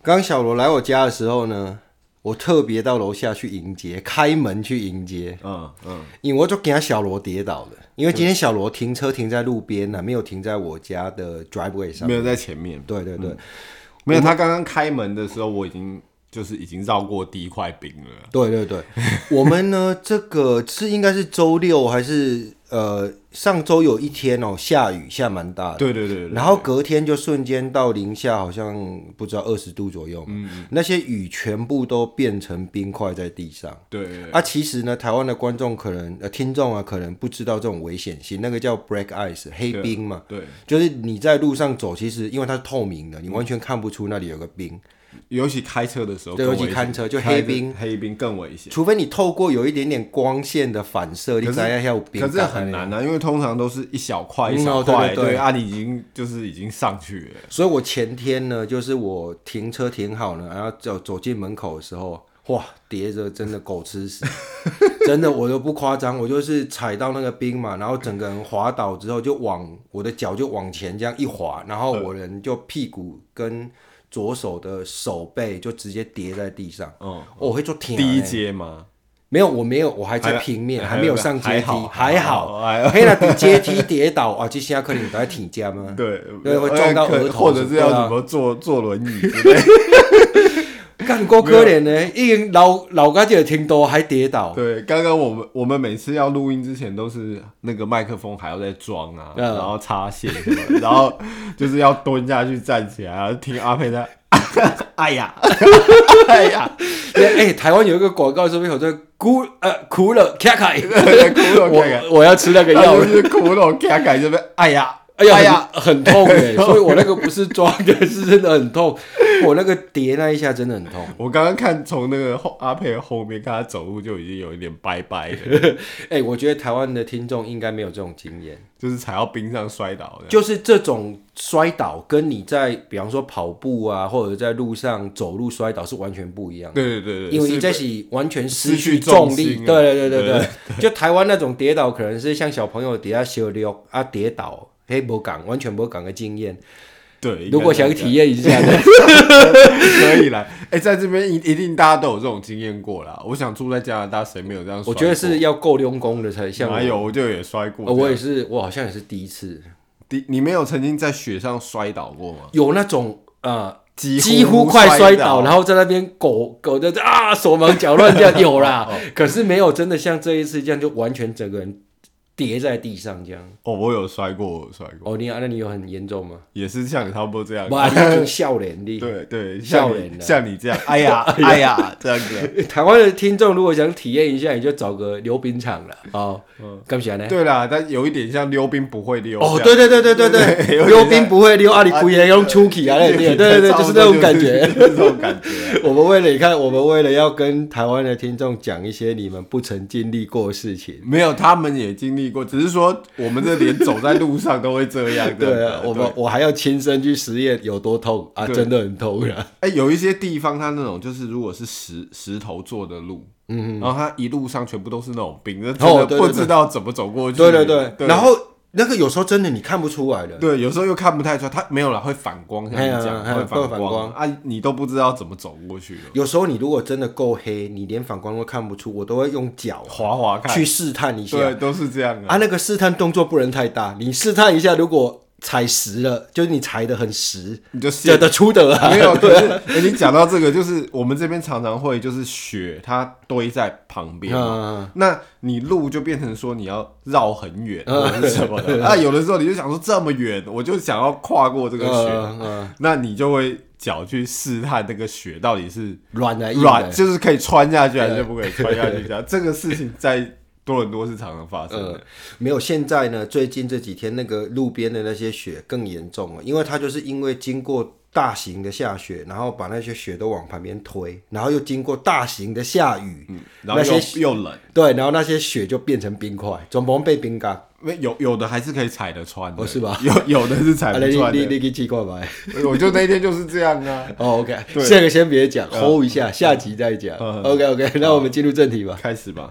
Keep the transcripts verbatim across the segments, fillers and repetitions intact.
刚小罗来我家的时候呢，我特别到楼下去迎接，开门去迎接。嗯嗯，因为我就给他小罗跌倒了，因为今天小罗停车停在路边呢、啊，没有停在我家的 driveway 上面， 没有在前面。 对对对，嗯、 没有。他刚刚开门的时候，我已经。就是已经绕过第一块冰了。 对对对，我们呢，这个是应该是周六还是呃上周有一天哦下雨下蛮大的。 对对 对, 对, 对。 然后隔天就瞬间到零下，好像不知道二十度左右。嗯嗯。那些雨全部都变成冰块在地上。 对, 对, 对。 啊，其实呢，台湾的观众可能呃听众啊，可能不知道这种危险性，那个叫 break ice 黑冰嘛。 对。 就是你在路上走，其实因为它是透明的，你完全看不出那里有个冰。 尤其开车的时候， 对，尤其开车就黑冰， 黑冰更危险。 除非你透过有一点点光线的反射，你才要有冰。 可是很难啊，因为通常都是一小块一小块、嗯哦，对对对，啊，你已经就是已经上去了。 所以我前天呢，就是我停车停好了，然后走走进门口的时候，哇，跌着真的狗吃屎，真的我都不夸张，我就是踩到那个冰嘛，然后整个人滑倒之后，就往我的脚就往前这样一滑，然后我人就屁股跟。左手的手背就直接跌在地上，嗯，哦、我会做停、欸。 第一阶吗？ 没有，我没有，我还在平面，还, 还没有上阶梯，还好， 还那比阶梯跌倒啊，这下可能都在挺家吗？ 对， 对，会撞到额头， 或者是要怎么坐、啊、坐轮椅之类。 干够可怜呢，已经老老家姐挺多还跌倒。 对，刚刚我们我们每次要录音之前都是那个麦克风还要再装啊，嗯、然后插线什么的，然后就是要蹲下去站起来，然后听阿佩在，哎呀，哎呀， 哎、欸，台湾有一个广告是不是有这苦呃苦了卡卡，苦了卡卡， 我要吃那个药， 就是苦了卡卡这边，哎呀。 哎呀，哎呀很, 很痛哎，所以我那个不是装的，是真的很痛。我那个跌那一下真的很痛。 我刚刚看从那个后阿佩后面看他走路就已经有一点拜拜了。 哎、欸，我觉得台湾的听众应该没有这种经验， 就是踩到冰上摔倒的。 就是这种摔倒，跟你在比方说跑步啊，或者在路上走路摔倒是完全不一样的。 对对对对， 因为你这是完全失去重力。对对对对 对, 對, 對，就台湾那种跌倒，可能是像小朋友跌下小溜啊跌倒。黑没港完全没港的经验， 对， 如果想体验一下的， 可以来。哎、欸，在这边一一定大家都有这种经验过啦。我想住在加拿大，谁没有这样摔过？ 我觉得是要够用功的才像。 哪有？我就也摔过、呃。 我也是，我好像也是第一次。 第，你没有曾经在雪上摔倒过吗？ 有那种呃。几乎快摔倒，然后在那边狗狗的啊手忙脚乱这样有啦，可是没有真的像这一次这样就完全整个人跌在地上这样。 哦，我有摔过，我有摔过。 哦，你那你有很严重吗？ 也是像你差不多这样。 哇，你已经笑脸的。 对对， 笑脸的， 像你这样，哎呀哎呀这样子。 台湾的听众如果想体验一下，你就找个溜冰场了哦。嗯，干啥呢？ 对啦，但有一点像溜冰不会溜。 哦，对对对对对对，溜冰不会溜，啊，你故意用出气啊，对对对对，就是那种感觉， 这种感觉。 我们为了你看，我们为了要跟台湾的听众讲一些你们不曾经历过的事情， 没有，他们也经历过，只是说我们这连走在路上都会这样。 对啊，我们我还要亲身去实验有多痛啊，真的很痛啊。 哎、欸，有一些地方它那种就是如果是石石头做的路。嗯，然后它一路上全部都是那种冰，真的不知道怎么走过去。 对对 对, 對, 對，然后那个有时候真的你看不出来的， 对，有时候又看不太出来，它没有啦，会反光，像你讲，它会反 光, 反光啊，你都不知道怎么走过去了。 有时候你如果真的够黑，你连反光都看不出，我都会用脚滑滑看去试探一下， 对，都是这样的。 啊，那个试探动作不能太大，你试探一下，如果踩实了，就是你踩得很实， 你就这的出的啊。 没有，可是、欸、你讲到这个，就是我们这边常常会就是雪它堆在旁边、嗯，那你路就变成说你要绕很远或者是什么的、嗯、啊。有的时候你就想说这么远，我就想要跨过这个雪，嗯嗯、那你就会脚去试探那个雪到底是软的软，就是可以穿下去还是不可以穿下去这样。这个事情在多伦多是常常发生的、呃， 没有。现在呢，最近这几天那个路边的那些雪更严重了，因为它就是因为经过大型的下雪，然后把那些雪都往旁边推，然后又经过大型的下雨， 嗯、然后又那些又冷， 对，然后那些雪就变成冰块，总不能被冰干。 有有的还是可以踩得穿的， 哦，是吧？ 有有的是踩不穿的。 你你你奇怪吧？ 我就那天就是这样啊。 哦 ，OK， 这个先别讲 ，hold 一下，下集再讲。 嗯、 OK OK， 那我们进入正题吧， 开始吧。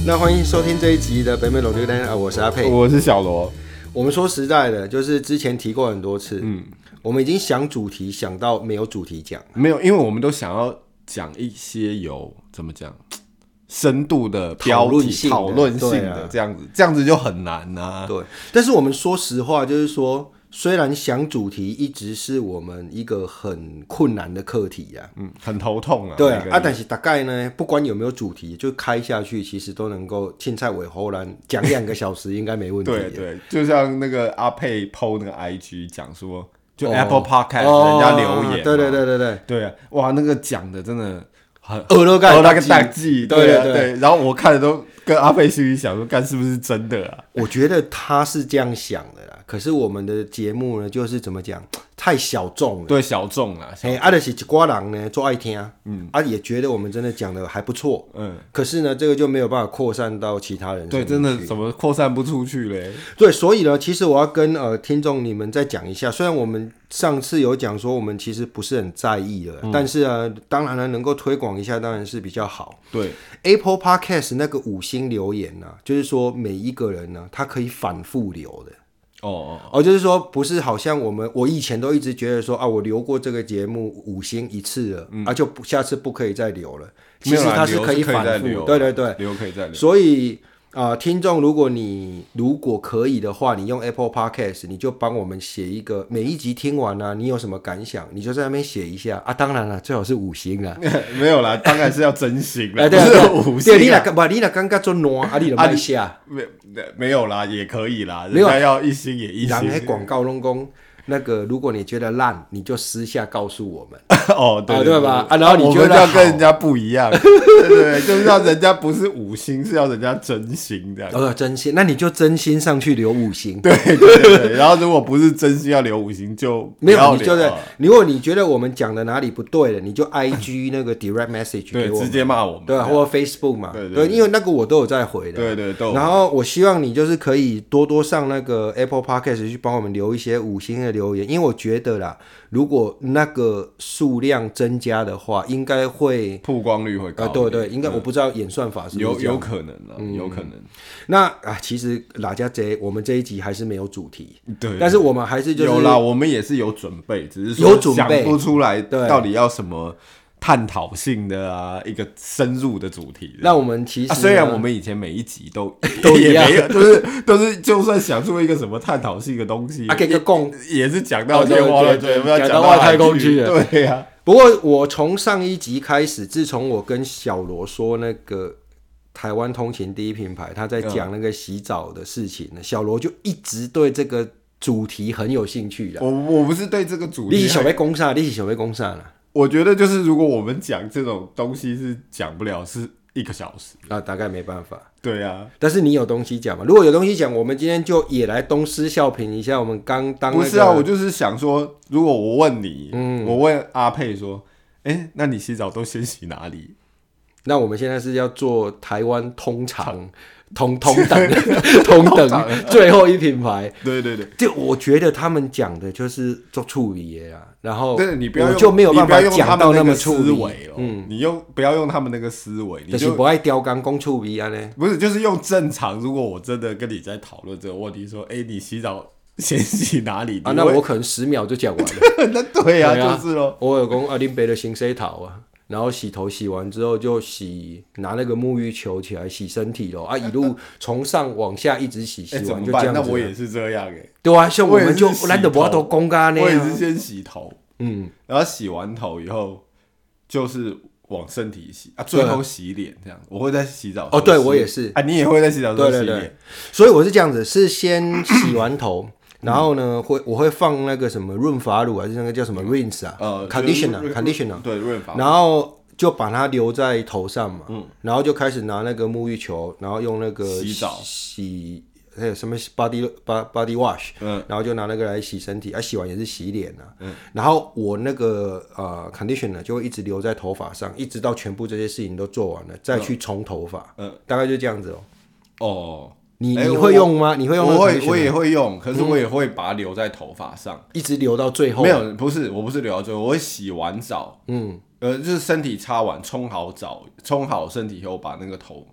那欢迎收听这一集的北美龙榴莲啊，我是阿佩， 我是小罗。 我们说实在的，就是之前提过很多次，嗯，我们已经想主题想到没有主题讲， 没有，因为我们都想要讲一些有怎么讲深度的标题、讨论性的、啊、这样子，这样子就很难啊。 对，但是我们说实话，就是说。虽然想主题一直是我们一个很困难的课题啊， 嗯，很头痛啊。 对啊，啊但是大概呢，不管有没有主题，就开下去，其实都能够青菜尾后栏讲两个小时，应该没问题。 对对，就像那个阿佩 po 那个 I G 讲说，就 Apple Podcast、哦、人家留言、哦， 对对对对对， 对啊，哇，那个讲的真的很耳朵盖那个大忌， 对对、啊、对, 对，然后我看的都跟阿佩心里想说，干是不是真的啊？ 我觉得他是这样想的啦。可是我们的节目呢，就是怎么讲，太小众了。 对，小众啦。 哎，啊，就是一寡人呢，做爱听，嗯，啊，也觉得我们真的讲的还不错，嗯。可是呢，这个就没有办法扩散到其他人。 对，真的怎么扩散不出去嘞？ 对，所以呢，其实我要跟呃听众你们再讲一下，虽然我们上次有讲说我们其实不是很在意了，嗯、但是呢，当然呢，能够推广一下当然是比较好。 对 ，Apple Podcast 那个五星留言呢、啊，就是说每一个人呢，他可以反复留的。 哦哦哦，就是说不是好像我们我以前都一直觉得说啊，我留过这个节目五星一次了、嗯、啊，就不下次不可以再留了。其实它是可以反复，对对对， 留可以再留。 所以啊、呃，听众，如果你如果可以的话，你用 Apple Podcast， 你就帮我们写一个每一集听完啊，你有什么感想，你就在那边写一下啊。当然了，最好是五星啦， 没有啦，当然是要真心啦， 不是五星、啊。 对，你那不，你那刚刚做暖啊，你就卖下， 没没有啦，也可以啦，人家要一星也一星。 人家广告拢讲。那个，如果你觉得烂，你就私下告诉我们哦，对 对, 对, 对, 对吧？啊，然后你觉得要跟人家不一样，对对对，就是要人家不是五星，是要人家真心这样。 哦，真心，那你就真心上去留五星， 对对 对, 对。然后如果不是真心要留五星，就没有，你就是如果你觉得我们讲的哪里不对了，你就 I G 那个 direct message 给我们， 对，直接骂我们， 对，或者 Facebook 嘛，对, 对, 对, 对，因为那个我都有在回的， 对对都。 然后我希望你就是可以多多上那个 Apple Podcast 去帮我们留一些五星的留言，因为我觉得。觉得啦，如果那个数量增加的话，应该会曝光率会高、呃。 对对，应该、嗯、我不知道演算法是不是有有可能啦、嗯、有可能。 那啊，其实哪家这我们这一集还是没有主题， 对， 但是我们还是就是有啦，我们也是有准备，只是说有准备想不出来到底要什么。探讨性的啊，一个深入的主题。 那我们其实、啊、 虽然我们以前每一集都都一样， 都是都是，就算想出一个什么探讨性的东西， 啊，给个共也是讲到天花乱坠， 讲到外太空去了。对呀、啊。 不过我从上一集开始，自从我跟小罗说那个台湾通勤第一品牌，他在讲那个洗澡的事情，嗯、小罗就一直对这个主题很有兴趣的。 我我不是对这个主题， 你是想被攻上，你是想被攻上了。 我觉得就是如果我们讲这种东西是讲不了，是一个小时啊，大概没办法。 对啊， 但是你有东西讲嘛？如果有东西讲，我们今天就也来东施效颦一下。我们刚当、那個、 不是啊，我就是想说，如果我问你，嗯，我问阿佩说，哎、欸，那你洗澡都先洗哪里？ 那我们现在是要做台湾通常。同同等同等最后一品牌， 对对对， 就我觉得他们讲的就是做处理的啊，然后你不要我就没有办法讲到那么处理哦，嗯，你用不要用他们那个思维，你就是不爱雕钢公处理啊呢， 不是，就是用正常。如果我真的跟你在讨论这个问题，说，哎、欸，你洗澡先洗哪里啊？那我可能十秒就讲完了。 那对啊，就是咯。 我有讲啊，林北的新洗头啊。然后洗头洗完之后就洗，拿那个沐浴球起来洗身体咯啊，一路从上往下一直洗，洗完就这样子、 欸。那我也是这样哎、欸。 对啊，像我们就懒得不要都公干呢。 我也是先洗头， 嗯， 然后洗完头以后就是往身体洗啊，最后洗脸这样。我会在洗澡哦，对我也是啊，你也会在洗澡时候洗脸。 对对对，所以我是这样子，是先洗完头。然后呢，会我会放那个什么润发乳还是那个叫什么 rinse 啊，呃 ，conditioner conditioner， 对润发， 然后就把它留在头上嘛，嗯，然后就开始拿那个沐浴球，然后用那个洗澡洗，还有什么 body body wash， 嗯，然后就拿那个来洗身体，啊，洗完也是洗脸啊，嗯，然后我那个呃 conditioner 就会一直留在头发上，一直到全部这些事情都做完了，再去冲头发，嗯，大概就这样子哦， 哦。 你你会用吗？你会用？ 我会，我也会用，可是我也会把它留在头发上、嗯， 一直留到最后。 没有，不是，我不是留到最后，我会洗完澡，嗯，呃，就是身体擦完，冲好澡，冲好身体以后，把那个头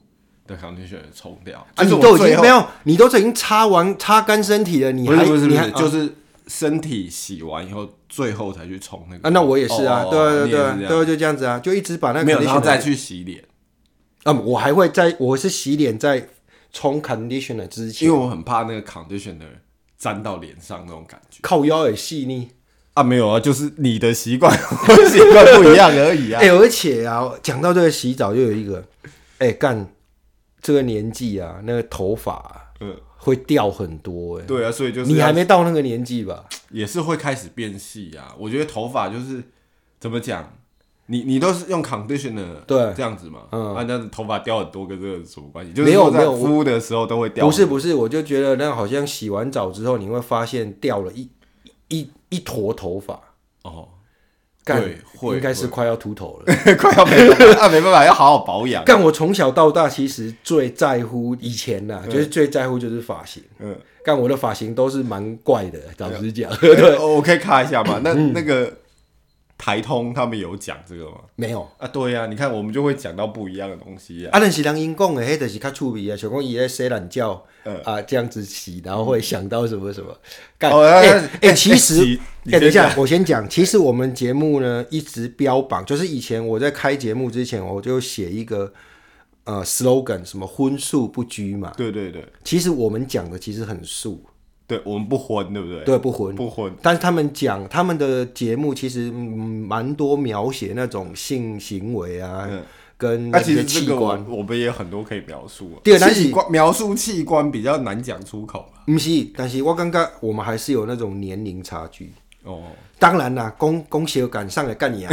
的 conditioner 冲掉。 啊，你都已经没有，你都已经擦完擦干身体了，你还不是不是不是， 你还就是身体洗完以后，最后才去冲那个。 啊，那我也是啊， 哦、 对对对对，就这样子啊，就一直把那个 conditioner 没有，然后再去洗脸。 啊、嗯，我还会在，我是洗脸在冲 conditioner 之前， 因为我很怕那个 conditioner 沾到脸上那种感觉。 靠腰也细腻。 啊，没有啊，就是你的习惯和习惯不一样而已啊。 哎、欸，而且啊，讲到这个洗澡，就有一个，哎、欸，干这个年纪啊，那个头发、啊，嗯，会掉很多、欸，哎， 对啊，所以就是你还没到那个年纪吧？ 也是会开始变细啊。我觉得头发就是怎么讲，你你都是用 conditioner 对这样子嘛， 嗯， 啊，那头发掉很多跟这个有什么关系？就是说在敷的时候都会掉。 不是不是，我就觉得那好像洗完澡之后，你会发现掉了一。一一坨头发哦， 干应该是快要秃头了， 快要没办法，啊没办法，要好好保养。 干我从小到大其实最在乎以前呐、啊，就是最在乎就是发型。嗯，干我的发型都是蛮怪的，老实讲。 对，欸、我可以看一下嘛？那、嗯、那个台通他们有讲这个吗？ 没有啊，对呀、啊，你看我们就会讲到不一样的东西啊。 啊，但是人因讲的，迄就是较趣味啊，像讲伊在洗懒觉、嗯、啊，这样子洗，然后会想到什么什么。干，哎、哦、哎、欸欸，其实，哎、欸，等一下，我先讲，其实我们节目呢一直标榜，就是以前我在开节目之前，我就写一个呃 slogan， 什么荤素不拘嘛。 对对对。 其实我们讲的其实很素。 对，我们不荤，对不对？ 对，不荤， 不荤。 但是他们讲他们的节目其实蛮、嗯、多描写那种性行为啊，嗯、跟那些器官、 啊，我们也有很多可以描述、啊。 对，但是描述器官比较难讲出口啦。 不是，但是我感觉我们还是有那种年龄差距。 哦， 当然啦，公公血赶上来干你啊！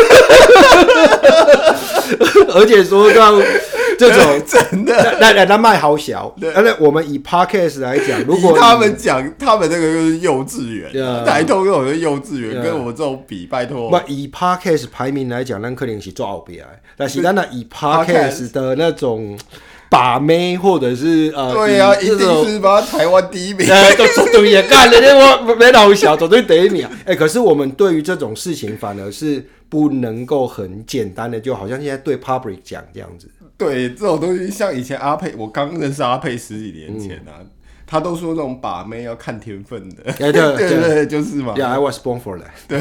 而且说到这种真的， 那那那卖好小。那我们以 podcast 来讲，如果他们讲他们那个就是幼稚园，台通那种是幼稚园，跟我们这种比，拜托。 不以 podcast 排名来讲，咱可能是做后边，但是咱那以 podcast 的那种。把妹或者是呃， 对啊，一定是把台湾第一名， 呃，都绝对也干了，我没老小，绝对第一名。哎、欸，可是我们对于这种事情反而是不能够很简单的，就好像现在对 public 讲这样子。 对，这种东西像以前阿佩，我刚认识阿佩十几年前啊。嗯，他都说那种把妹要看天分的， 欸、对对 对, 对, 对，就是嘛。 Yeah, I was born for that。 对，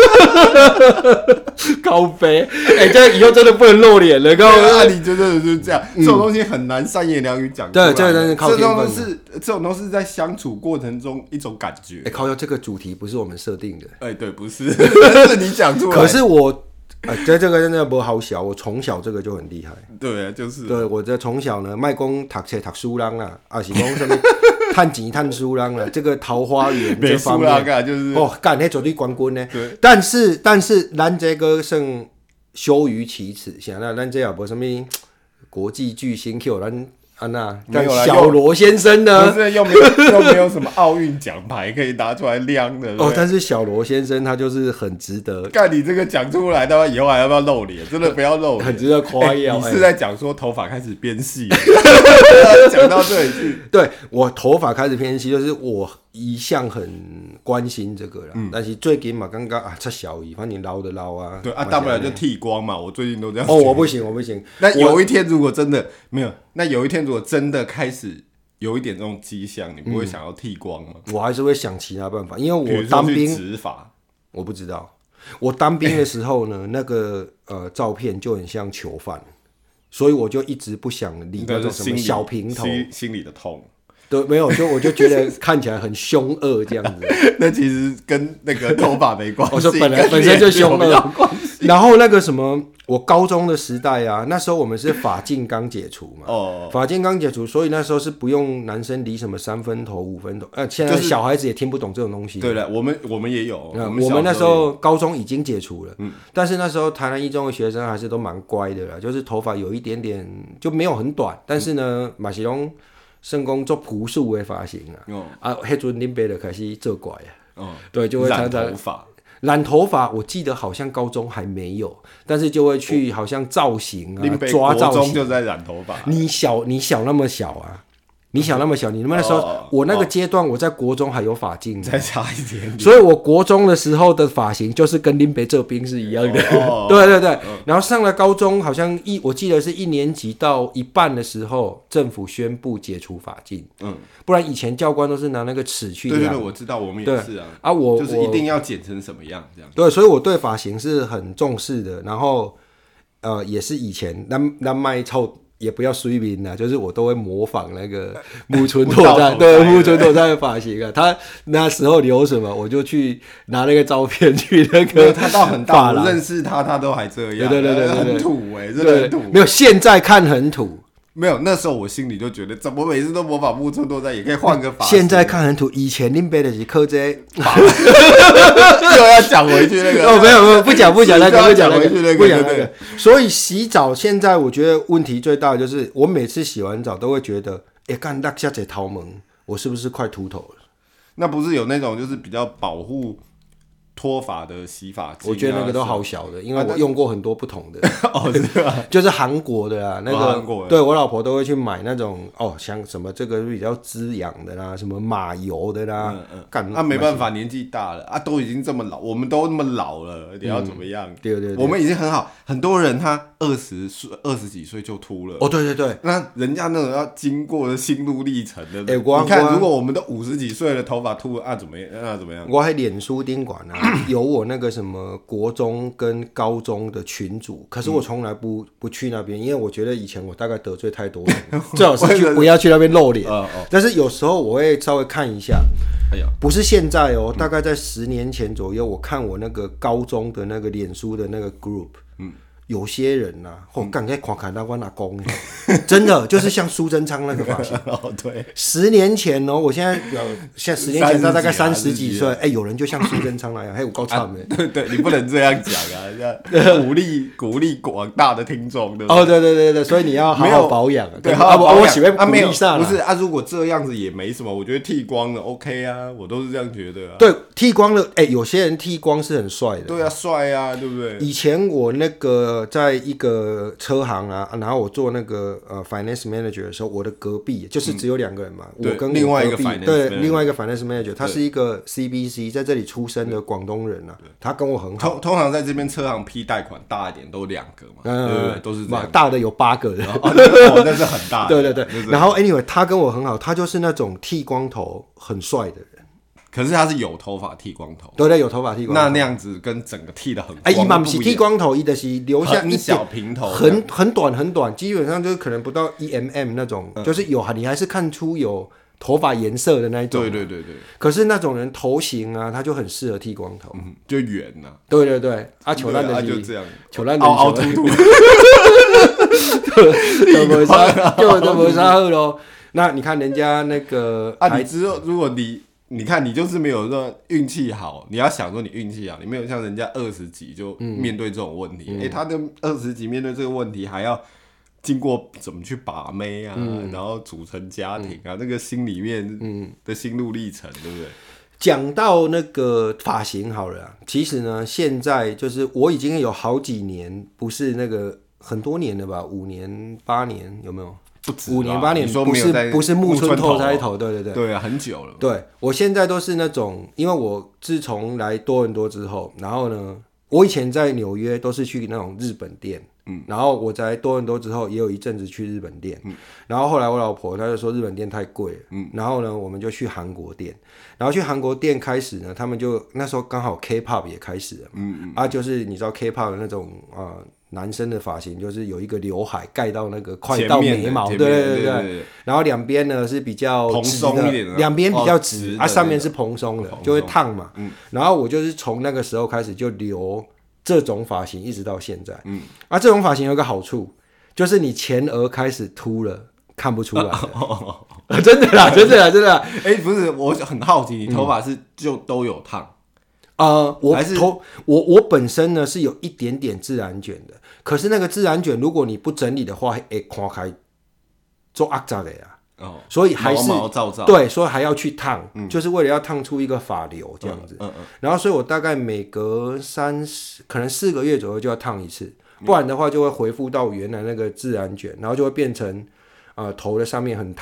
高飞，哎、欸，这以后真的不能露脸了。高那你真的是这样，嗯、这种东西很难三言两语讲出来。 对，这真是靠天分。 这种是这种都是在相处过程中一种感觉。 哎、欸，靠腰这个主题不是我们设定的。 哎、欸，对，不是，是你讲出来。 可是我。哎，这这个真的不好小，我从小这个就很厉害。 对啊，就是对我这从小呢，卖讲读册读书人啦，啊是讲什么探钱探书人啦，这个桃花源这方面啊，就是哦，干那绝对冠军呢。但是但是咱这个算羞于启齿，像那咱这也无什么国际巨星 Q 咱。啊那，但小罗先生呢？ 不是又没有又没有什么奥运奖牌可以拿出来亮的哦。但是小罗先生他就是很值得。 干你这个讲出来，他妈以后还要不要露脸？真的不要露脸， 很值得夸耀、 欸。你是在讲说头发开始变细？讲到这里去， 对我头发开始偏细，就是我一向很关心这个啦。嗯、但是最近嘛，刚刚啊，差小姨，反正捞的捞啊。 对啊，大不了就剃光嘛。我最近都这样。 哦，我不行，我不行。 那有一天如果真的没有，那有一天如果真的开始有一点这种迹象，你不会想要剃光吗？ 嗯、我还是会想其他办法，因为我当兵执法， 我不知道。我当兵的时候呢，那个呃照片就很像囚犯，所以我就一直不想理那种什么小平头， 心, 心里的痛。 对，没有，就我就觉得看起来很凶恶这样子。 那其实跟那个头发没关系， 我说本来本身就凶恶。然后那个什么，我高中的时代啊，那时候我们是法禁刚解除嘛，哦，法禁刚解除，所以那时候是不用男生理什么三分头、五分头，呃，现在小孩子也听不懂这种东西。 对了，我们我们也有， 嗯、我, 们我们那时候高中已经解除了，嗯，但是那时候台南一中的学生还是都蛮乖的啦，就是头发有一点点就没有很短，但是呢，马西龙。圣公做朴素的发型啊，哦、啊，迄阵恁爸就开始做怪啊，哦，对，就会常常染头发， 染头发，我记得好像高中还没有，但是就会去好像造型啊，抓造型， 就在染头发。 你小你小那么小啊， 你想那么小，你那时候、哦、我那个阶段我在国中还有发镜， 再差一点点， 所以我国中的时候的发型就是跟林北这兵是一样的，哦、对对对、哦。然后上了高中，好像一我记得是一年级到一半的时候，政府宣布解除发镜，嗯，不然以前教官都是拿那个尺去量。 对对对，我知道，我们也是啊。 啊，我就是一定要剪成什么样这样。 对，所以我对发型是很重视的，然后呃，也是以前那那卖臭。也不要水平啦，就是我都会模仿那个木村拓哉，对木村拓哉的发型啊。他那时候留什么，我就去拿那个照片去那个。 他到很大，我认识他，他都还这样。 对对对对对， 很土哎、欸，真的很土。 没有，现在看很土。 没有，那时候我心里就觉得，怎么每次都模仿木村拓哉，也可以换个发型。 现在看很土，以前林北的是靠这又要讲回去那个。 哦，没有没有，不讲不讲那个，不讲那个，不讲那个。 所以洗澡现在我觉得问题最大的就是，我每次洗完澡都会觉得，哎，干那下这头毛，我是不是快秃头了？ 那不是有那种就是比较保护脱发的洗发剂、啊， 我觉得那个都好小的，因为我用过很多不同的。 哦，是吧？ 就是韩国的啊，那个、 哦、 对我老婆都会去买那种哦，像什么这个比较滋养的啦，什么马油的啦，嗯嗯，干那、啊、没办法，年纪大了啊，都已经这么老，我们都那么老了，你要怎么样？ 嗯、对, 对对， 我们已经很好，很多人他二十岁、二十几岁就秃了。 哦，对对对， 那人家那种要经过的心路历程的， 欸、 你看，如果我们都五十几岁了，头发秃了啊，怎么样？那怎么样？ 我还脸书丁管啊，有我那个什么国中跟高中的群组，可是我从来不、嗯、不去那边，因为我觉得以前我大概得罪太多人，最好是去不要去那边露脸。哦哦、但是有时候我会稍微看一下，哎呀，不是现在哦，嗯、大概在十年前左右，我看我那个高中的那个脸书的那个 group， 嗯。有些人呐、啊，哦，干在看看到我阿公，真的就是像苏贞昌那个发型。 哦，对， 十年前哦，我现在现在十年前他大概三十几岁，哎、欸，有人就像苏贞昌那样，还有高唱的。 对对，你不能这样讲啊，鼓励鼓励广大的听众，对不对？ 哦，对对对对，所以你要好好保养。 对，好好保养。 我喜欢鼓励上， 不是啊，如果这样子也没什么，我觉得剃光了 OK 啊，我都是这样觉得啊。 对，剃光了，哎、欸，有些人剃光是很帅的。 对啊，帅啊，对不对？ 以前我那个。在一个车行啊，然后我做那个呃 finance manager 的时候，我的隔壁就是只有两个人嘛，嗯、我跟我另外一个 finance 对另外一个 finance manager， 他是一个 C B C 在这里出生的广东人啊，他跟我很好。 通通常在这边车行批贷款大一点都两个嘛，嗯、对不对？都是这样， 大的有八个人， 哦，哦那是很大的。 对对对，然后 anyway 他跟我很好，他就是那种剃光头很帅的人。 可是他是有头发剃光头， 对对，有头发剃光头。 那那样子跟整个剃的很光， 哎，伊嘛不是剃光头，伊就是留下一小平头， 很很短很短，基本上就是可能不到一 mm 那种，嗯、就是有你还是看出有头发颜色的那一种。 对对对对。 可是那种人头型啊，他就很适合剃光头， 嗯、就圆呐、啊。 对对对，啊，球烂的就这样， 球烂的凹凹凸凸， 就没啥，就就没啥好咯。那你看人家那个啊，你之后如果你。你看，你就是没有说运气好，你要想说你运气好，你没有像人家二十几就面对这种问题。哎、嗯欸，他的二十几面对这个问题，还要经过怎么去把妹啊，嗯、然后组成家庭啊，嗯、那个心里面的心路历程，对不对？ 讲到那个发型好了、啊，其实呢，现在就是我已经有好几年，不是那个很多年了吧，五年八年有没有？五年八年不是不是木村拓哉头，对对对， 对啊，很久了。 对，我现在都是那种，因为我自从来多伦多之后，然后呢，我以前在纽约都是去那种日本店，嗯，然后我在多伦多之后也有一阵子去日本店，嗯，然后后来我老婆她就说日本店太贵了，嗯，然后呢，我们就去韩国店，然后去韩国店开始呢，他们就那时候刚好 K-pop 也开始了，嗯嗯，啊，就是你知道 K-pop 的那种啊。呃男生的发型就是有一个刘海盖到那个快到眉毛，对对对 对, 对, 对，然后两边呢是比较蓬松一点的， 两边比较直，哦、啊上面是蓬松的，就会烫嘛。嗯，然后我就是从那个时候开始就留这种发型，一直到现在。嗯，啊这种发型有个好处，就是你前额开始秃了，看不出来了。真的啦，真的啦，真的啦。 哎、欸，不是，我很好奇，你头发是就都有烫？ 呃，我头我我本身呢是有一点点自然卷的，可是那个自然卷如果你不整理的话，会看开做阿杂的呀，哦，所以还是毛毛躁躁， 对，所以还要去烫，嗯、就是为了要烫出一个发流这样子。嗯 嗯, 嗯然后所以我大概每隔三十可能四个月左右就要烫一次，不然的话就会恢复到原来那个自然卷，然后就会变成呃头的上面很塌。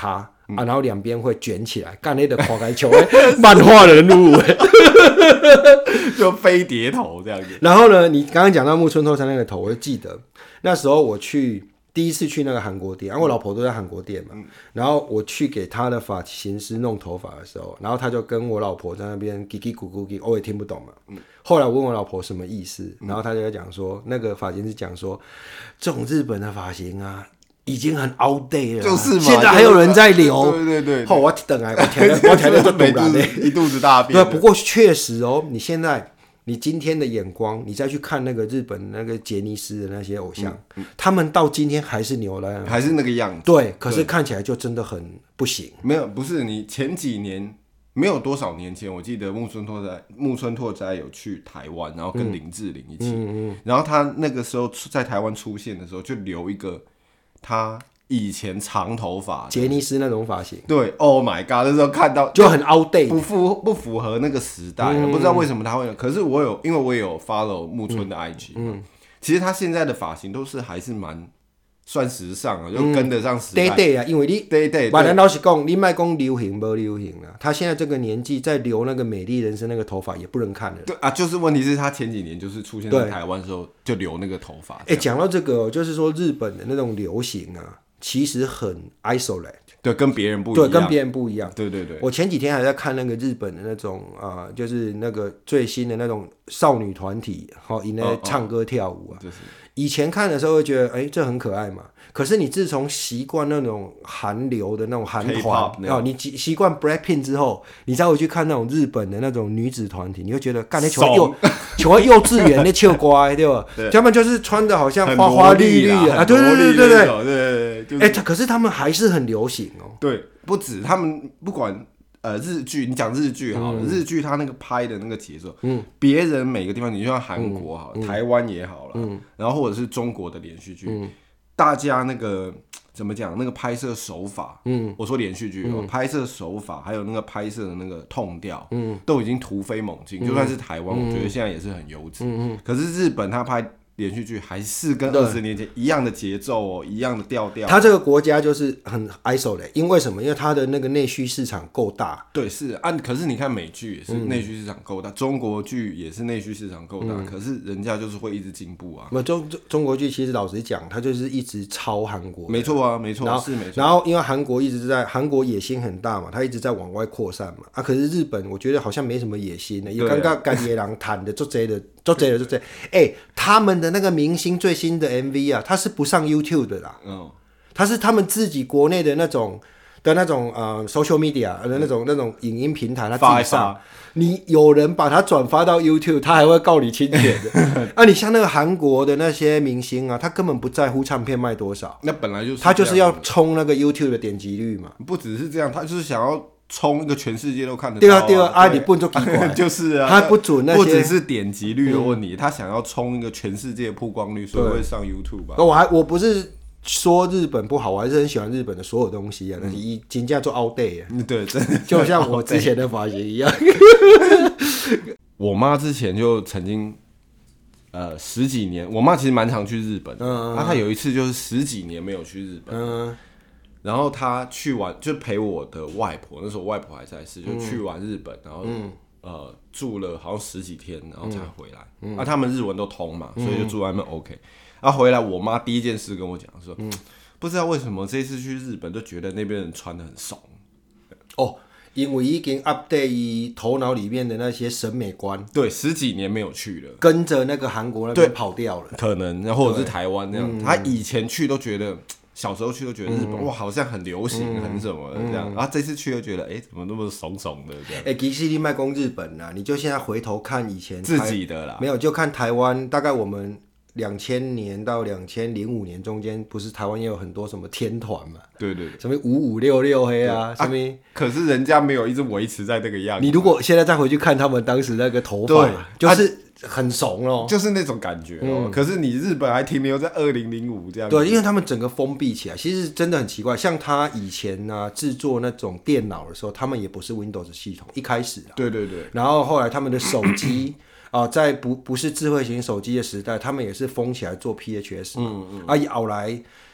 嗯、啊，然后两边会卷起来，干那个垮开球，漫画人物， 就飞碟头这样子。 然后呢，你刚刚讲到木村拓哉那个头，我就记得那时候我去。第一次去那个韩国店，然、啊、后我老婆都在韩国店嘛、嗯，然后我去给她的发型师弄头发的时候，然后他就跟我老婆在那边叽叽咕咕叽，我也听不懂嘛。嗯、后来我问我老婆什么意思，然后他就在讲说，那个发型师讲说，这种日本的发型啊，已经很 outdated 了， 就是嘛， 现在还有人在留。 对对对， 后我等来，我调我调的就堵了， 一肚子大便。 对，不过确实哦，你现在。你今天的眼光，你再去看那个日本那个杰尼斯的那些偶像，嗯嗯、他们到今天还是牛郎， 还是那个样子。 对，可是看起来就真的很不行。 没有，不是你前几年没有多少年前，我记得木村拓哉木村拓哉有去台湾，然后跟林志玲一起、嗯嗯嗯，然后他那个时候在台湾出现的时候，就留一个他。以前长头发杰尼斯那种发型， 对 ，Oh my God， 那时候看到就很 outdated， 不符不符合那个时代、嗯，不知道为什么他会有。可是我有，因为我也有 follow 木村的 I G， 嗯，嗯其实他现在的发型都是还是蛮算时尚啊，就跟得上时代。 对对啊，因为你对对， 马兰老实讲，你卖讲流行不流行啊？他现在这个年纪在留那个美丽人生那个头发也不能看了。 对啊，就是问题是他前几年就是出现在台湾的时候就留那个头发。 哎，讲到这个，就是说日本的那种流行啊。其实很 isolate， 对，跟别人不一样， 对，跟别人不一样， 对对对。 我前几天还在看那个日本的那种啊、呃，就是那个最新的那种少女团体，好，以那唱歌跳舞啊。哦哦以前看的时候会觉得，哎、欸，这很可爱嘛。可是你自从习惯那种韩流的那种韩团，哦，你习惯 Blackpink 之后，你再回去看那种日本的那种女子团体，你会觉得，干那球幼，球幼稚园那球乖，对吧？对他们就是穿的好像花花绿绿的啊，对对对对对对对。哎、欸，可是他们还是很流行哦。 对，不止他们不管。呃，日剧，你讲日剧好了，嗯、日剧它那个拍的那个节奏，嗯，别人每个地方，你就像韩国好了，嗯、台湾也好了，嗯，然后或者是中国的连续剧，嗯，大家那个怎么讲，那个拍摄手法，嗯，我说连续剧、嗯、拍摄手法，还有那个拍摄的那个痛调，嗯，都已经突飞猛进，嗯、就算是台湾、嗯，我觉得现在也是很优质，嗯嗯，可是日本他拍。连续剧还是跟二十年前一样的节奏哦，一样的调调。 它这个国家就是很 isolate， 因为什么？因为它的那个内需市场够大。 对，是啊。可是你看美剧也是内需市场够大，嗯、中国剧也是内需市场够大、嗯，可是人家就是会一直进步啊。 中中国剧其实老实讲，它就是一直抄韩国。 没错啊，没错， 然后是没错。 然后因为韩国一直在，韩国野心很大嘛，它一直在往外扩散嘛。啊，可是日本我觉得好像没什么野心的，也刚刚跟野狼谈的做这的。做这了做这，哎、欸，他们的那个明星最新的 M V 啊，他是不上 YouTube 的啦，嗯，他是他们自己国内的那种的那种呃 social media 的那种、嗯、那種影音平台，他自己上，你有人把它转发到 YouTube， 他还会告你侵权的。啊，你像那个韩国的那些明星啊，他根本不在乎唱片卖多少， 那本来就是他就是要冲那个 YouTube 的点击率嘛， 不只是这样，他就是想要。冲一个全世界都看得到、啊，对啊对啊，啊你不就奇怪， 就是啊， 他不准那些， 不只是点击率的问题、嗯，他想要冲一个全世界曝光率，所以会上 YouTube 吧。 我还我不是说日本不好，我还是很喜欢日本的所有东西啊，但是一金价做 all day 啊， 嗯，对，真的就像我之前的发型一样。 我妈之前就曾经。呃，十几年，我妈其实蛮常去日本的，嗯，啊，她有一次就是十几年没有去日本，嗯。然后他去完就陪我的外婆，那时候我外婆还在世，就去完日本，然后、嗯、呃住了好像十几天，然后才回来。嗯、啊，他们日文都通嘛，所以就住在那边 OK。然后回来，我妈第一件事跟我讲说、嗯，不知道为什么这一次去日本就觉得那边人穿得很怂。 哦，因为已经 update 头脑里面的那些审美观。 对，十几年没有去了， 跟着那个韩国那边跑掉了。 可能，或者是台湾那样、嗯，他以前去都觉得。小时候去都觉得日本、嗯、哇好像很流行、嗯、很什么的这样、嗯，然后这次去又觉得哎、欸、怎么那么怂怂的这样。 哎、欸，其实你卖讲日本啊，你就现在回头看以前自己的啦， 没有就看台湾，大概我们两千年到两千零五年中间，不是台湾也有很多什么天团嘛？ 对对对， 什么五五六六黑啊，什么、啊？ 可是人家没有一直维持在那个样子。 你如果现在再回去看他们当时那个头发，就是。啊很怂哦， 就是那种感觉哦、嗯。可是你日本还停留在二零零五这样子。 对，因为他们整个封闭起来，其实真的很奇怪。像他以前呢、啊、制作那种电脑的时候，他们也不是 Windows 系统，一开始啊。 对对对。 然后后来他们的手机啊、呃，在不不是智慧型手机的时代，他们也是封起来做 P H S 嘛。嗯嗯。啊，后来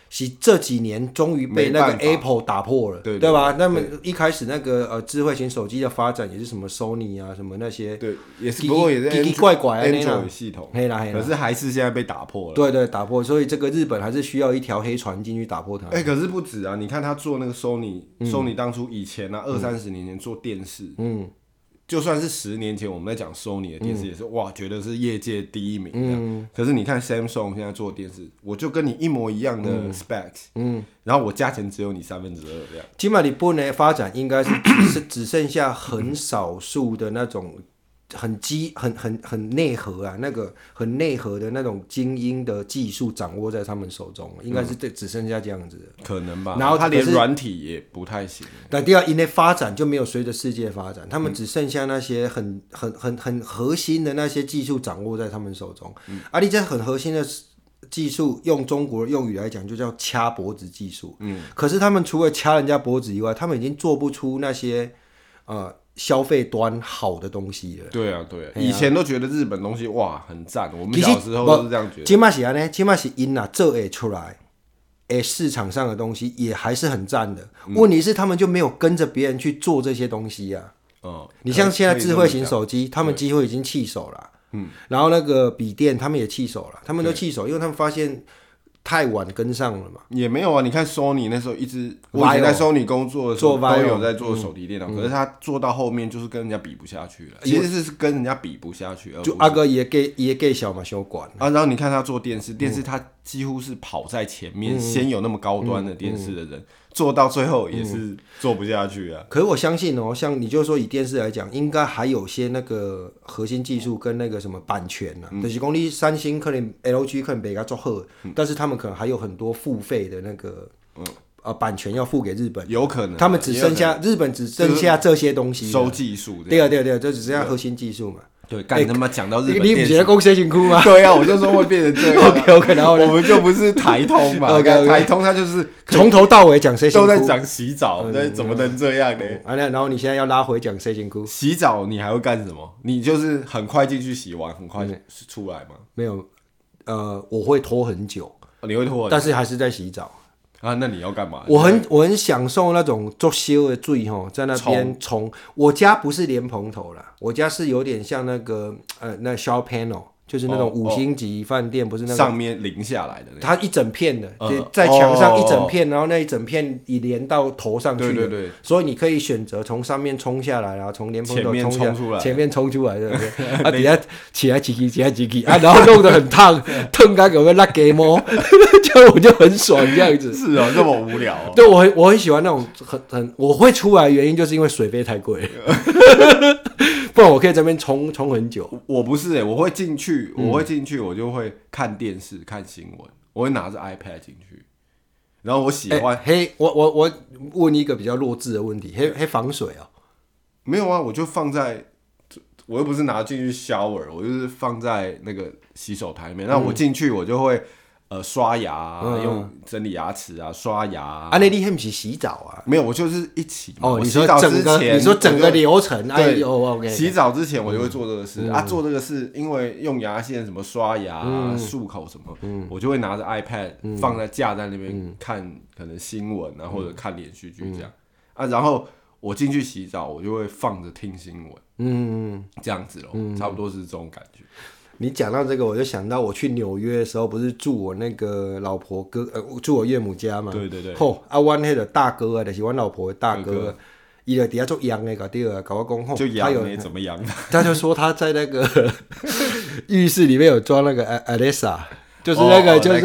是这几年终于被那个 Apple 打破了， 对, 对吧？那么一开始那个呃智慧型手机的发展也是什么 Sony 啊，什么那些， 对，也是不过也是奇奇怪怪的 Android 系统， 黑啦黑啦， 可是还是现在被打破了。 对对，打破，所以这个日本还是需要一条黑船进去打破它。 哎、欸，可是不止啊！你看他做那个 Sony，Sony、嗯、当初以前啊，二三十年前做电视，嗯。就算是十年前我们在讲 Sony 的电视也是、嗯、哇，觉得是业界第一名这样、嗯、可是你看 Samsung 现在做电视，我就跟你一模一样的 specs， 嗯，然后我价钱只有你三分之二这样。 起码你不能发展应该是只, 只剩下很少数的那种很基很很很内核啊，那个很内核的那种精英的技术掌握在他们手中，应该是只剩下这样子的、嗯、 可能吧。 然后他连软体也不太行。 但第二，因为发展就没有随着世界发展，他们只剩下那些很很很很核心的那些技术掌握在他们手中。嗯、啊，你这很核心的技术，用中国的用语来讲，就叫掐脖子技术。嗯，可是他们除了掐人家脖子以外，他们已经做不出那些呃。消费端好的东西了。 对啊，对啊，以前都觉得日本东西哇很赞，我们小时候都是这样觉得。 现在是这样，现在是因啊做得出来，哎，市场上的东西也还是很赞的、嗯。问题是他们就没有跟着别人去做这些东西啊。哦，你像现在智慧型手机，他们几乎已经弃手了。嗯，然后那个笔电他们也弃手了，他们都弃手，因为他们发现。太晚跟上了嘛？ 也没有啊，你看 Sony 那时候一直，我以前在 Sony 工作的时候都有在做手提电脑、嗯，可是他做到后面就是跟人家比不下去了，其实是跟人家比不下去， 就阿哥也给也给小嘛小管啊。然后你看他做电视，电视他几乎是跑在前面，嗯、先有那么高端的电视的人。嗯嗯做到最后也是做不下去啊、嗯！ 可是我相信哦，像你就说以电视来讲，应该还有些那个核心技术跟那个什么版权啊，嗯、就是说你三星可能 L G 可能比较做好、嗯，但是他们可能还有很多付费的那个、嗯呃、版权要付给日本， 有可能、啊， 他们只剩下日本只剩下这些东西， 收技术， 对啊对啊对啊，这只剩下核心技术嘛。 对，干他妈讲到日本电视， 你不是在讲谁辛苦吗？ 对啊，我就说会变成这样。 OK OK， 然后我们就不是台通嘛 ，OK OK， 台通它就是从头到尾讲谁辛苦， 都在讲洗澡，那、嗯、怎么能这样呢、嗯啊？然后你现在要拉回讲谁辛苦？ 洗澡你还会干什么？你就是很快进去洗完，很快出来吗？ 嗯、没有，呃，我会拖很久， 你会拖很久， 但是还是在洗澡。 啊，那你要干嘛？ 我很我很享受那种做修的水吼，在那边冲。我家不是莲蓬头啦，我家是有点像那个呃那 shower panel， 就是那种五星级饭店，不是那个上面淋下来的那个， 它一整片的，呃、在墙上一整片、哦，然后那一整片已连到头上去了。 对对对。所以你可以选择从上面冲下来，然后从莲蓬头冲下出来， 前面冲出来，对不对？啊，底下起来起起起来起起啊，然后弄得很烫，烫干有没有拉给摸？就我就很爽这样子。 是哦，这么无聊、哦。 对，我很我很喜欢那种很很我会出来的原因就是因为水费太贵，不然我可以在这边冲冲很久。 我不是哎、欸，我会进去，我会进去，我就会看电视看新闻，我会拿着 iPad 进去，然后我喜欢。 欸、嘿，我我我问一个比较弱智的问题，嘿嘿防水啊、喔？ 没有啊，我就放在。我又不是拿进去 shower， 我就是放在那个洗手台里面。那、嗯、我进去我就会呃刷牙、啊嗯，用整理牙齿啊，刷牙啊。 啊，那你还不是洗澡啊？ 没有，我就是一起。 哦， 你说整个， 你说整个流程， 对、 哎呦 ，OK。 洗澡之前我就会做这个事、嗯、啊，做这个事，因为用牙线什么刷牙、啊、漱、嗯、口什么、嗯，我就会拿着 iPad、嗯、放在架在那边、嗯、看，可能新闻啊、嗯，或者看连续剧这样、嗯、啊，然后。我进去洗澡，我就会放着听新闻，嗯，这样子咯、嗯，差不多是这种感觉。 你讲到这个，我就想到我去纽约的时候，不是住我那个老婆哥，呃，住我岳母家嘛。 对对对。 吼、啊，我那个大哥啊，就是我老婆的大哥，伊就底下做养的，搞对啊，搞我讲吼， 就养呢，怎么养？ 他就說他在那個浴室里面有裝那個 Alexa。就是那個、oh, 就是、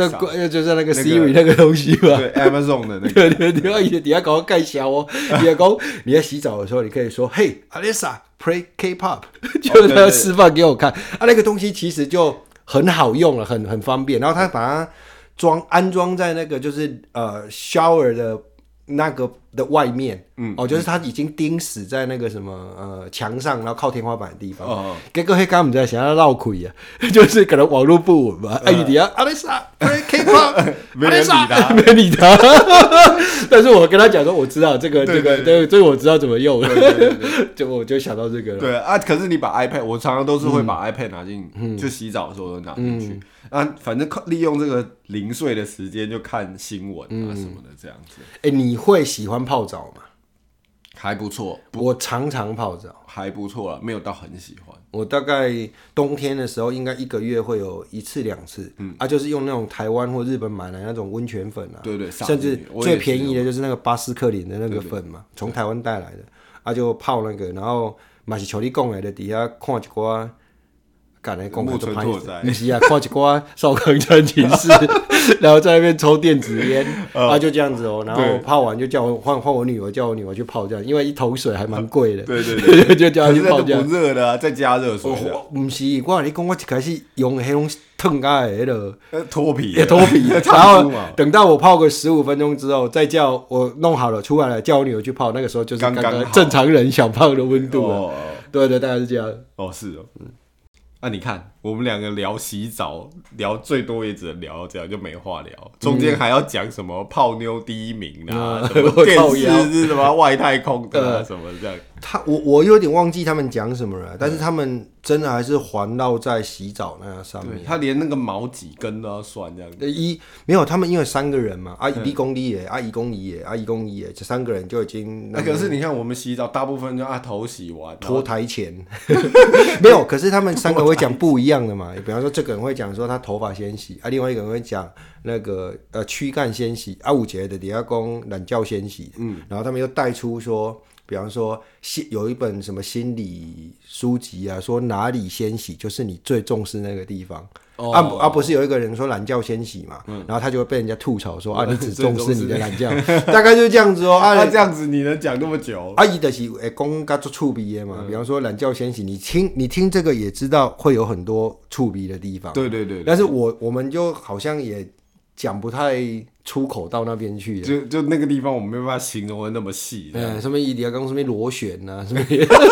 就是那個 Siri 那個東西嘛， 對 Amazon 的那個， 對對對，你你要搞個介紹哦，你要講你在洗澡的時候，你可以說嘿 Alexa play K-pop， 就是他要示範給我看、oh, 啊，那個東西其實就很好用了，很很方便，然後他把它裝安裝在那個就是呃 shower 的那個的外面，嗯，哦，就是它已经钉死在那个什么呃墙上，然后靠天花板的地方。哦，结果迄刚我们在想要绕开啊，就是可能网络不稳嘛，哎，底下阿丽莎 K-pop， 没人理他， 没人理他。但是我跟他讲说，我知道这个这个这个这个我知道怎么用，就我就想到这个了。 对啊，可是你把 iPad， 我常常都是会把 iPad 拿进，嗯、就洗澡的时候都拿进去。嗯、啊，反正利用这个零碎的时间就看新闻啊什么的这样子。 哎、嗯欸，你会喜欢泡澡吗？ 还不错， 我常常泡澡， 还不错了，没有到很喜欢。 我大概冬天的时候，应该一个月会有一次两次，嗯啊，就是用那种台湾或日本买来那种温泉粉啊， 对对， 甚至最便宜的就是那个巴斯克林的那个粉嘛，从台湾带来的，啊就泡那个，然后嘛是像你讲的，底下看一寡。赶来公开都拍，不是啊，看一寡少康战情事，然后在那边抽电子烟，呃、啊，就这样子哦、喔。然后泡完就叫我换换我女儿，叫我女儿去泡这样，因为一桶水还蛮贵的。 对对对， 就叫她去泡这样。 不热的啊，再加热水。 不是，我跟你讲，我一开始用迄种烫咖的迄个脱皮， 脱皮，然后等到我泡个十五分钟之后，再叫我弄好了出来了，叫我女儿去泡，那个时候就是刚刚正常人想泡的温度了。哦、对对，大概是这样。 哦，是哦，嗯。那、啊、你看，我们两个聊洗澡，聊最多也只能聊到这样，就没话聊。中间还要讲什么泡妞第一名啊，嗯、什么电视是什么外太空的、啊嗯、什么这样。 他我我有点忘记他们讲什么了，但是他们真的还是环绕在洗澡那样上面。 他连那个毛几根都要算这样子。 一没有，他们因为三个人嘛，啊一公里耶，啊一公里耶，啊一公里耶，这三个人就已经。 那、啊、可是你看我们洗澡，大部分就啊头洗完， 拖台前没有，可是他们三个会讲不一样的嘛。比方说，这个人会讲说他头发先洗，啊另外一个人会讲那个呃躯干先洗，啊有一个的底下讲懒觉先洗，嗯，然后他们又带出说。比方说，有一本什么心理书籍啊，说哪里先洗就是你最重视那个地方。Oh. 啊啊，不是有一个人说懒觉先洗嘛，嗯、然后他就会被人家吐槽说啊，你只重视你的懒觉，大概就是这样子哦。啊， 啊这样子你能讲那么久？ 啊，伊就是诶，讲甲做触鼻的嘛。嗯、比方说懒觉先洗，你听你听这个也知道会有很多触鼻的地方。 对对 对, 對。 但是我我们就好像也讲不太出口到那边去， 就就那个地方我们没办法形容的那么细。 嗯，什么伊迪亚讲什么螺旋呐，什么，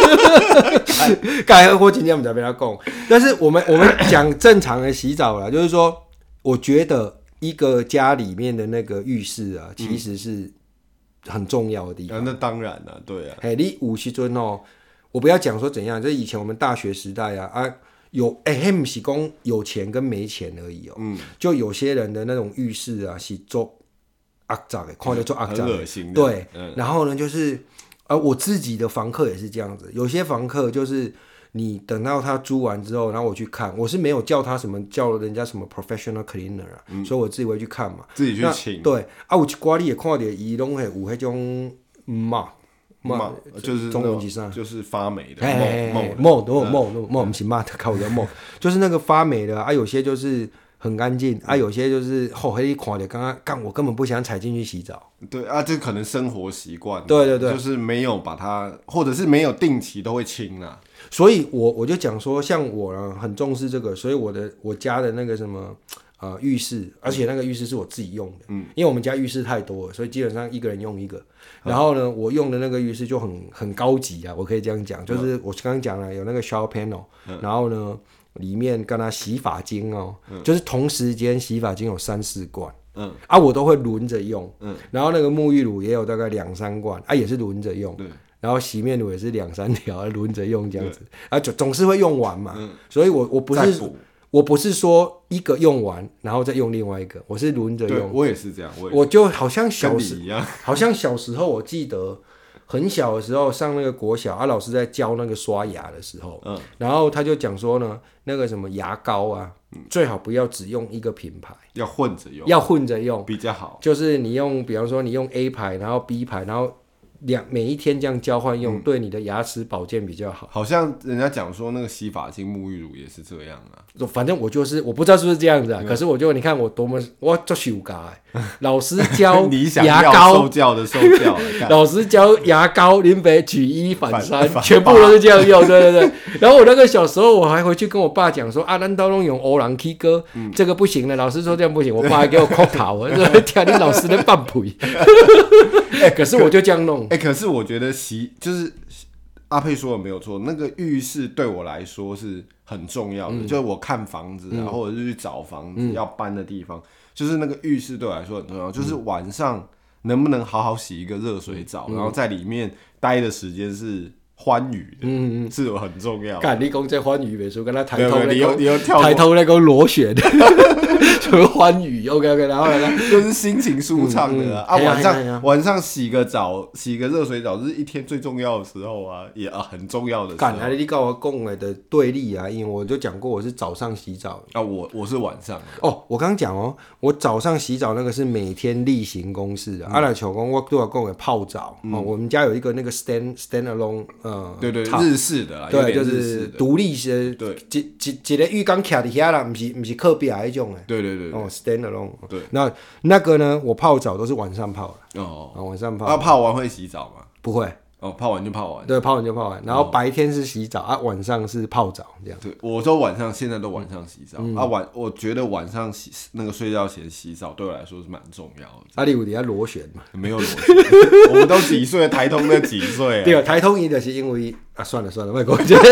该我今天我们才跟他讲。但是我们我们讲正常的洗澡啦，就是说，我觉得一个家里面的那个浴室啊，其实是很重要的地方。 嗯啊、那当然了，对啊。 哎，你有时阵哦，我不要讲说怎样，就是以前我们大学时代啊啊。有哎，嘿、欸，不是讲有钱跟没钱而已哦、喔。嗯，就有些人的那种浴室啊，是做肮脏的，看着做肮脏， 很恶心。 对，嗯、然后呢，就是呃，我自己的房客也是这样子。有些房客就是你等到他租完之后，然后我去看，我是没有叫他什么叫人家什么 professional cleaner 啊，嗯、所以我自己会去看嘛， 自己去请。 对啊，有一寡你也看到，伊拢会有迄种嘛。 嘛，就是中文上就是发霉的， 梦梦都梦梦不是骂的，靠我叫梦，就是那个发霉的啊，有些就是很干净啊，有些就是后黑一看的，刚刚干我根本不想踩进去洗澡。 对啊，这可能生活习惯， 对对对， 就是没有把它，或者是没有定期都会清啊。 所以我我就讲说，像我呢很重视这个，所以我的我家的那个什么。呃，浴室，而且那个浴室是我自己用的，嗯，因为我们家浴室太多了，所以基本上一个人用一个。然后呢，我用的那个浴室就很很高级啊，我可以这样讲，就是我刚刚讲了有那个 shower panel，、嗯、然后呢，里面跟它洗发精哦，嗯、就是同时间洗发精有三四罐，嗯，啊，我都会轮着用，嗯，然后那个沐浴乳也有大概两三罐，啊，也是轮着用，对，然后洗面乳也是两三条轮着用这样子，啊，总总是会用完嘛，嗯、所以我我不是。我不是说一个用完然后再用另外一个，我是轮着用。 我也是这样，我, 我就好像小时好像小时候，我记得很小的时候上那个国小啊，老师在教那个刷牙的时候，嗯，然后他就讲说呢，那个什么牙膏啊，嗯、最好不要只用一个品牌， 要混着用， 要混着用比较好。 就是你用，比方说你用 A 牌，然后 B 牌，然后。两每一天这样交换用，嗯、对你的牙齿保健比较好。 好像人家讲说那个洗发精、沐浴乳也是这样啊。 反正我就是我不知道是不是这样子啊，嗯、可是我就你看我多么我做修改， 老师教你想牙要膏受教的受教了， 老师教牙膏，林北举一反三， 反反全部都是这样用，对对对。然后我那个小时候，我还回去跟我爸讲说啊，咱都用欧郎 K 歌，嗯、这个不行了，老师说这样不行，我爸还给我扣头，我说听你老师的半腿。哎、欸，可是我就这样弄。 哎、欸，可是我觉得洗就是阿佩说的没有错，那个浴室对我来说是很重要的，嗯、就是我看房子啊，嗯、或者是去找房子、嗯、要搬的地方。就是那个浴室对我来说很重要，就是晚上能不能好好洗一个热水澡，嗯、然后在里面待的时间是欢愉的，嗯嗯，是我很重要的。 干，你讲这欢愉没说，跟他抬头那个抬头那个螺旋，什么欢愉 ？OK OK， 然后呢， 就是心情舒畅的啊。嗯嗯、啊，晚上晚上洗个澡，洗个热水澡，这是一天最重要的时候啊，也啊很重要的时候。 干，还是你跟我讲的对立啊？因为我就讲过，我是早上洗澡啊，我我是晚上。 哦，我刚刚讲哦，我早上洗澡那个是每天例行公事的。阿来求公，我对我讲的泡澡、嗯、哦，我们家有一个那个 stand stand alone， 呃， 对对，日式的啦， 对，就是独立式， 对， 一一一个浴缸徛伫遐啦，不是不是靠壁那种的， 对对对， 哦 ，stand alone， 对， 那那个呢，我泡澡都是晚上泡的，哦，晚上泡， 啊，泡完会洗澡吗？ 不会。 哦，泡完就泡完， 对，泡完就泡完，然后白天是洗澡、哦、啊，晚上是泡澡这样。 对，我说晚上现在都晚上洗澡、嗯、啊，晚我觉得晚上洗那个睡觉前洗澡对我来说是蛮重要的。 啊，你有底下螺旋嘛？ 没有螺旋，我们都几岁？台通的几岁、啊？ 对，台通一的是因为啊，算了算了，外国人。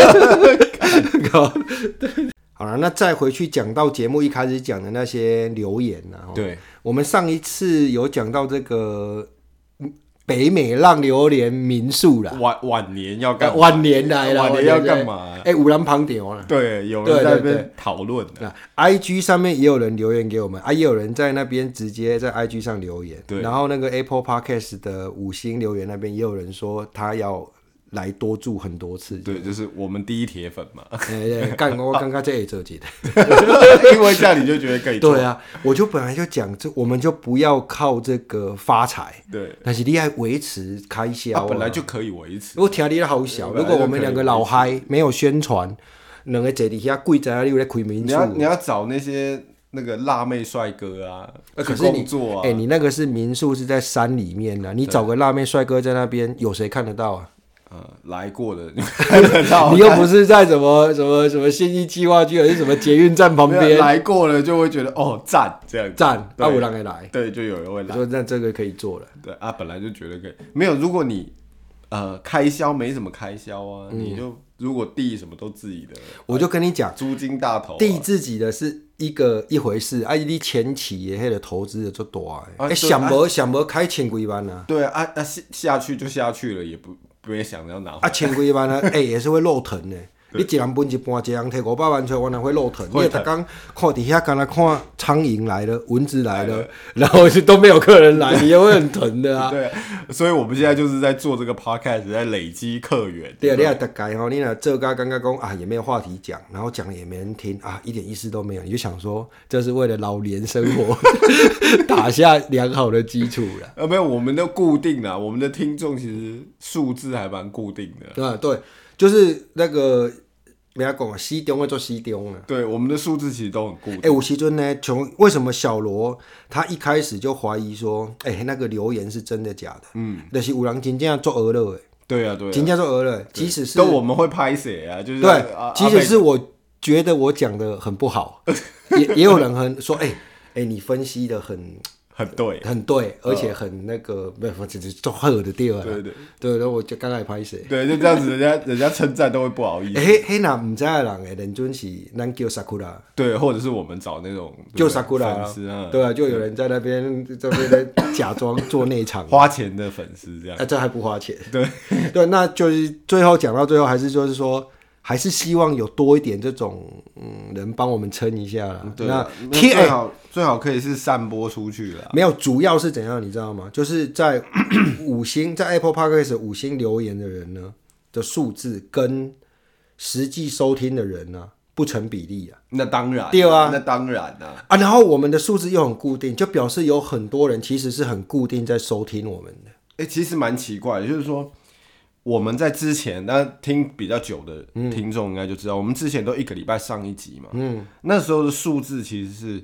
好了，那再回去讲到节目一开始讲的那些留言啊， 对， 我们上一次有讲到这个。北美浪流连民宿啦， 晚晚年要干嘛？ 晚年来了， 晚年要干嘛？ 哎、欸，有人旁点了。 对，有人在那边讨论的。 I G 上面也有人留言给我们啊，也有人在那边直接在 I G 上留言。对，然后那个 Apple Podcast 的五星留言那边也有人说他要来多住很多次。 对，就是我们第一铁粉嘛。 对对，干我刚刚这也折起的， 因为这样你就觉得可以做。 对啊，我就本来就讲，这我们就不要靠这个发财。 对， 但是你要维持开销、啊啊，本来就可以维持。 我听你好小，如果我们两个老嗨没有宣传，两个坐底下跪在那里在开民宿， 你要你要找那些那个辣妹帅哥啊， 呃、可是你做啊， 哎、欸，你那个是民宿是在山里面的、啊，你找个辣妹帅哥在那边，有谁看得到啊？ 呃，来过的你看得到， 你又不是在什么什么什么信义计划区，还是什么捷运站旁边， 来过了就会觉得哦赞这样赞，啊有人会来， 对，就有人会来， 说那这个可以做了， 对啊，本来就觉得可以，没有，如果你呃开销没什么开销啊，嗯、你就如果地什么都自己的， 我就跟你讲， 租金大头、啊， 地自己的是一个一回事，啊，你前期的那个投资的就大哎，哎想无想无开千几万啊， 对啊啊下下去就下去了，也不。不会想着要拿啊，千几万呢？哎、欸，也是会肉疼的。你一人分一半，一人摕五百万出来，我哪会肉疼？你也刚刚看底下，刚才看苍蝇来了，蚊子来了，然后都没有客人来，你也会很疼的啊。 对，所以我们现在就是在做这个 podcast， 在累积客源。 对啊，你也大概吼，你若做到刚刚讲啊，也没有话题讲，然后讲了也没人听啊，一点意思都没有，你就想说这是为了老年生活打下良好的基础了。 呃，没有，我们都固定了，我们的听众其实数字还蛮固定的。 对、啊、对。就是那个，不要讲啊，西中的做西中了。 对，我们的数字其实都很固定。 哎、欸，有时阵呢，从为什么小罗他一开始就怀疑说，哎、欸，那个留言是真的假的？嗯，就是有人真正做讹了，哎， 对啊，对啊， 真正做讹了，即使是都我们会拍谁啊？就是对， 啊、 即使是我觉得我讲的很不好，也也有人很说，哎、欸、哎、欸，你分析的很。 很对， 很对，而且很那个，没有，只是做好的对了。 对对对，然后我就刚才拍谁？ 对，就这样子，人家人家称赞都会不好意思。 嘿，嘿，那唔知的人诶，认准是咱叫 Sakura。 对，或者是我们找那种就 Sakura 粉丝啊， 对啊，就有人在那边这边的假装做内场， 花钱的粉丝这样。 啊，这还不花钱？ 对对，那就是最后讲到最后，还是就是说。还是希望有多一点这种嗯人帮我们撑一下啦。 对，那最好最好可以是散播出去啦。 没有，主要是怎样你知道吗？就是在五星在 Apple Podcast 五星留言的人呢的数字跟实际收听的人呢不成比例啊。 那当然， 对啊， 那当然啊。 啊，然后我们的数字又很固定，就表示有很多人其实是很固定在收听我们的。 哎、欸，其实蛮奇怪的，就是说。我们在之前，那听比较久的听众应该就知道，嗯、我们之前都一个礼拜上一集嘛。嗯，那时候的数字其实是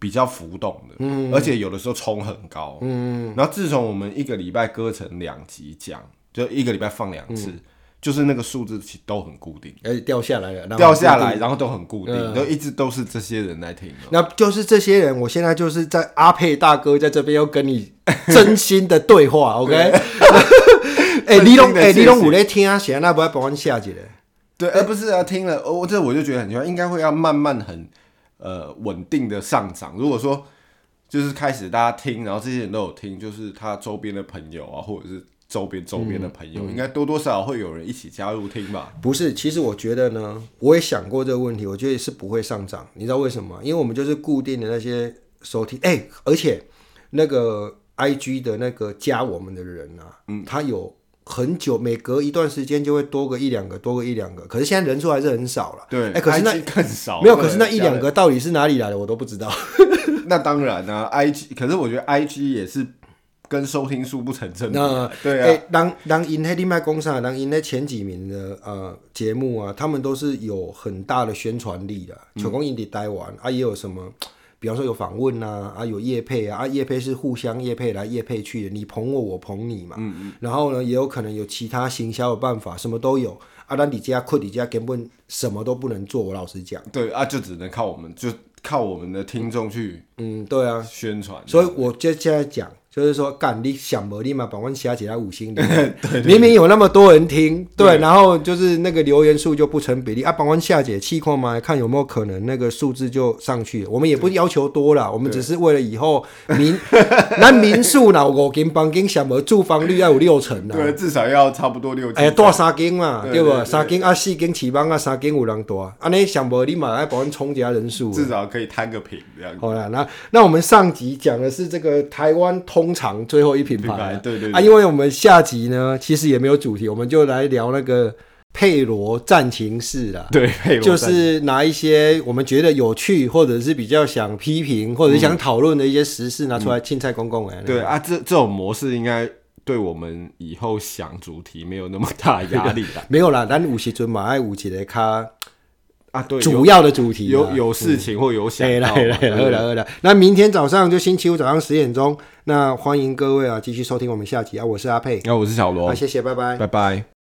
比较浮动的，嗯，而且有的时候冲很高，嗯，然后自从我们一个礼拜割成两集讲，就一个礼拜放两次。嗯，就是那个数字其实都很固定， 而且掉下来了， 掉下来，然后都很固定，嗯、都一直都是这些人在听。 那就是这些人，我现在就是在阿佩大哥在这边要跟你真心的对话，OK？ 哎、欸，你拢哎，你拢有在听，现在那不要帮我下一个？ 对，而、欸、不是啊，听了，我、哦、这我就觉得很奇怪，应该会要慢慢很呃稳定的上涨。如果说就是开始大家听，然后这些人都有听，就是他周边的朋友啊，或者是。周边周边的朋友、嗯嗯、应该多多少少会有人一起加入听吧？ 不是，其实我觉得呢，我也想过这个问题，我觉得是不会上涨。你知道为什么吗？因为我们就是固定的那些收听，哎、欸，而且那个 I G 的那个加我们的人啊，嗯，他有很久，每隔一段时间就会多个一两个，多个一两个。可是现在人数还是很少了。 对， 哎、欸，可是那 I G 更少， 没有，可是那一两个到底是哪里来的，我都不知道。 那当然啊 ，I G， 可是我觉得 I G 也是。跟收听数不成正比、啊，对啊。欸、 当当因那另外公司，当因那前几名的呃节目啊，他们都是有很大的宣传力的。像讲因伫台湾啊，也有什么，比方说有访问啊，啊有业配啊，啊业配是互相业配来业配去的，你捧我，我捧你嘛。嗯嗯。然后呢，也有可能有其他行销的办法，什么都有。啊，咱伫家困伫家根本什么都不能做，我老实讲。 对啊，就只能靠我们，就靠我们的听众去， 嗯，对啊， 宣传。 所以我就现在讲。就是说，干你想无你嘛，把我写起来五星留言，明明有那么多人听，对，对然后就是那个留言数就不成比例啊，帮我下解气况嘛，看有没有可能那个数字就上去了。我们也不要求多啦，我们只是为了以后民，咱民宿啦五间房间想无住房率要有六成啦， 对，至少要差不多六。 哎，大三间嘛，对吧？三间啊，四间起房啊，三间有人大，安尼想无你嘛，要帮我冲加人数， 至少可以摊个平这样子。 好啦，那那我们上集讲的是这个台湾通。通常最后一品牌、啊， 对 对, 对啊，因为我们下集呢，其实也没有主题，我们就来聊那个佩罗战情室啦。 对，佩罗就是拿一些我们觉得有趣，或者是比较想批评，或者是想讨论的一些时事拿出来青菜公共哎、 嗯。对啊，这这种模式应该对我们以后想主题没有那么大压力啦。 没有啦，咱有时阵嘛爱有一个较。 啊，对， 主要的主题有有事情或有想到， 来来来来来，那明天早上就星期五早上十点钟，那欢迎各位啊继续收听我们下集啊，我是阿佩， 啊，我是小罗， 啊，谢谢，拜拜， 拜拜。